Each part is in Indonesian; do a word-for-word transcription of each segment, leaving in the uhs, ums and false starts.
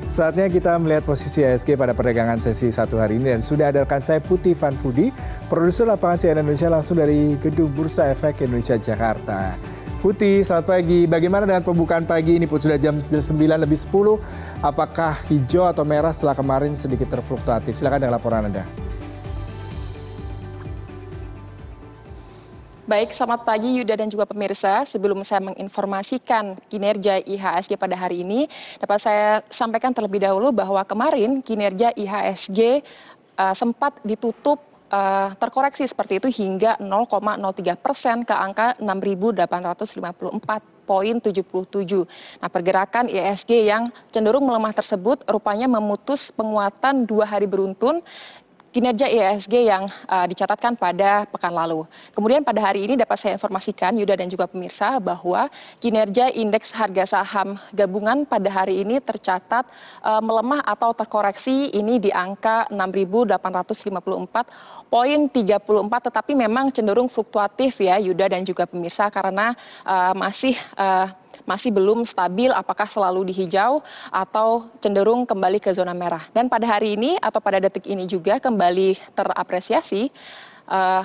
Saatnya kita melihat posisi I H S G pada perdagangan sesi satu hari ini dan sudah ada rekan saya Putih Vanfudi, produser lapangan C N N Indonesia langsung dari Gedung Bursa Efek Indonesia Jakarta. Putih, selamat pagi. Bagaimana dengan pembukaan pagi ini? Sudah jam sembilan lebih sepuluh. Apakah hijau atau merah setelah kemarin sedikit terfluktuatif? Silakan dengan laporan Anda. Baik, selamat pagi Yuda dan juga pemirsa. Sebelum saya menginformasikan kinerja I H S G pada hari ini, dapat saya sampaikan terlebih dahulu bahwa kemarin kinerja I H S G uh, sempat ditutup uh, terkoreksi seperti itu hingga nol koma nol tiga persen ke angka enam ribu delapan ratus lima puluh empat koma tujuh tujuh. Nah, pergerakan I H S G yang cenderung melemah tersebut rupanya memutus penguatan dua hari beruntun kinerja I H S G yang uh, dicatatkan pada pekan lalu. Kemudian pada hari ini dapat saya informasikan Yuda dan juga pemirsa bahwa kinerja indeks harga saham gabungan pada hari ini tercatat uh, melemah atau terkoreksi ini di angka enam ribu delapan ratus lima puluh empat koma tiga empat, tetapi memang cenderung fluktuatif ya Yuda dan juga pemirsa karena uh, masih uh, masih belum stabil apakah selalu di hijau atau cenderung kembali ke zona merah. Dan pada hari ini atau pada detik ini juga kembali terapresiasi uh,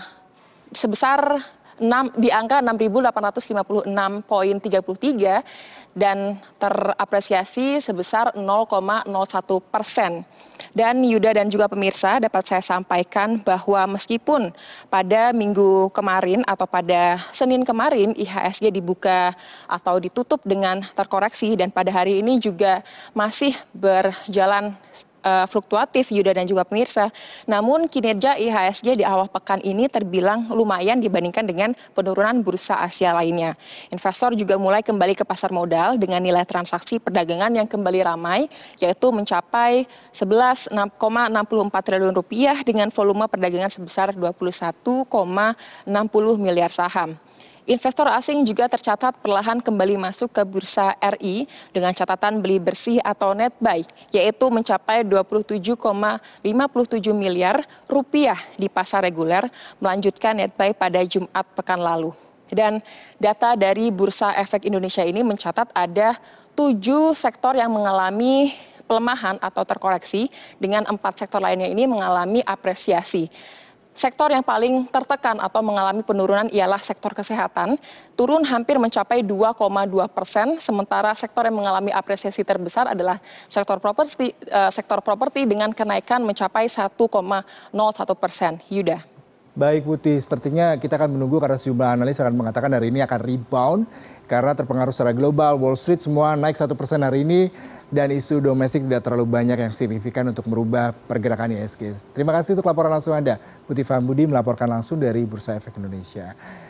sebesar enam, di angka enam ribu delapan ratus lima puluh enam koma tiga tiga dan terapresiasi sebesar nol koma nol satu persen. Dan Yuda dan juga pemirsa dapat saya sampaikan bahwa meskipun pada minggu kemarin atau pada Senin kemarin I H S G dibuka atau ditutup dengan terkoreksi dan pada hari ini juga masih berjalan Uh, fluktuatif Yuda dan juga pemirsa. Namun kinerja I H S G di awal pekan ini terbilang lumayan dibandingkan dengan penurunan bursa Asia lainnya. Investor juga mulai kembali ke pasar modal dengan nilai transaksi perdagangan yang kembali ramai yaitu mencapai sebelas koma enam empat triliun rupiah dengan volume perdagangan sebesar dua puluh satu koma enam puluh miliar saham. Investor asing juga tercatat perlahan kembali masuk ke bursa R I dengan catatan beli bersih atau net buy, yaitu mencapai dua puluh tujuh koma lima tujuh miliar rupiah di pasar reguler, melanjutkan net buy pada Jumat pekan lalu. Dan data dari Bursa Efek Indonesia ini mencatat ada tujuh sektor yang mengalami pelemahan atau terkoreksi, dengan empat sektor lainnya ini mengalami apresiasi. Sektor yang paling tertekan atau mengalami penurunan ialah sektor kesehatan, turun hampir mencapai dua koma dua persen, sementara sektor yang mengalami apresiasi terbesar adalah sektor properti, uh, sektor properti dengan kenaikan mencapai satu koma nol satu persen. Yuda. Baik Putih, sepertinya kita akan menunggu karena sejumlah analis akan mengatakan hari ini akan rebound karena terpengaruh secara global. Wall Street semua naik satu persen hari ini dan isu domestik tidak terlalu banyak yang signifikan untuk merubah pergerakan I H S G. Terima kasih untuk laporan langsung Anda. Putih Vanfudi melaporkan langsung dari Bursa Efek Indonesia.